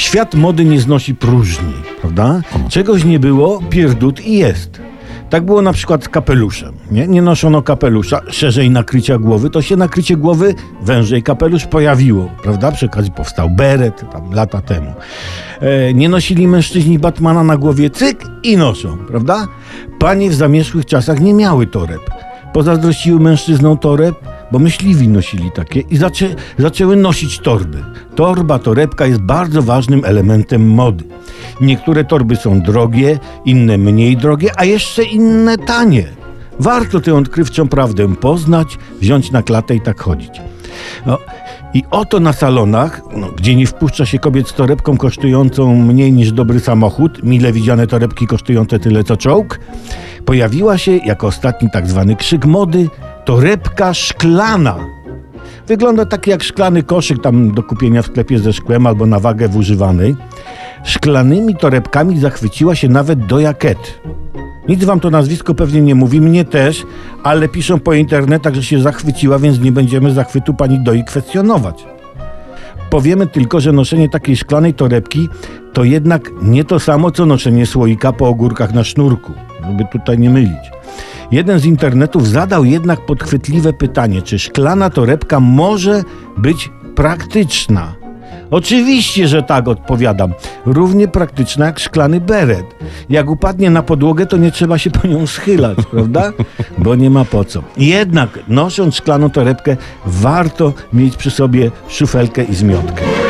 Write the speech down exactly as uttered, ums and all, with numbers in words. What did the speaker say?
Świat mody nie znosi próżni, prawda? Czegoś nie było, pierdut i jest. Tak było na przykład z kapeluszem. Nie, nie noszono kapelusza, szerzej nakrycia głowy, to się nakrycie głowy, wężej kapelusz pojawiło, prawda? Przy okazji powstał beret, tam lata temu. E, nie nosili mężczyźni Batmana na głowie, cyk i noszą, prawda? Panie w zamierzchłych czasach nie miały toreb. Pozazdrościły mężczyznom toreb, bo myśliwi nosili takie i zaczę, zaczęły nosić torby. Torba, torebka jest bardzo ważnym elementem mody. Niektóre torby są drogie, inne mniej drogie, a jeszcze inne tanie. Warto tę odkrywczą prawdę poznać, wziąć na klatę i tak chodzić. No, i oto na salonach, no, gdzie nie wpuszcza się kobiet z torebką kosztującą mniej niż dobry samochód, mile widziane torebki kosztujące tyle co czołg, pojawiła się jako ostatni tak zwany krzyk mody torebka szklana. Wygląda tak jak szklany koszyk tam do kupienia w sklepie ze szkłem albo na wagę w używanej. Szklanymi torebkami zachwyciła się nawet Doja Cat. Nic wam to nazwisko pewnie nie mówi, mnie też, ale piszą po internetach, że się zachwyciła, więc nie będziemy zachwytu pani Doi kwestionować. Powiemy tylko, że noszenie takiej szklanej torebki to jednak nie to samo, co noszenie słoika po ogórkach na sznurku, żeby tutaj nie mylić. Jeden z internetów zadał jednak podchwytliwe pytanie, czy szklana torebka może być praktyczna? Oczywiście, że tak, odpowiadam. Równie praktyczna jak szklany beret. Jak upadnie na podłogę, to nie trzeba się po nią schylać, prawda? Bo nie ma po co. Jednak nosząc szklaną torebkę, warto mieć przy sobie szufelkę i zmiotkę.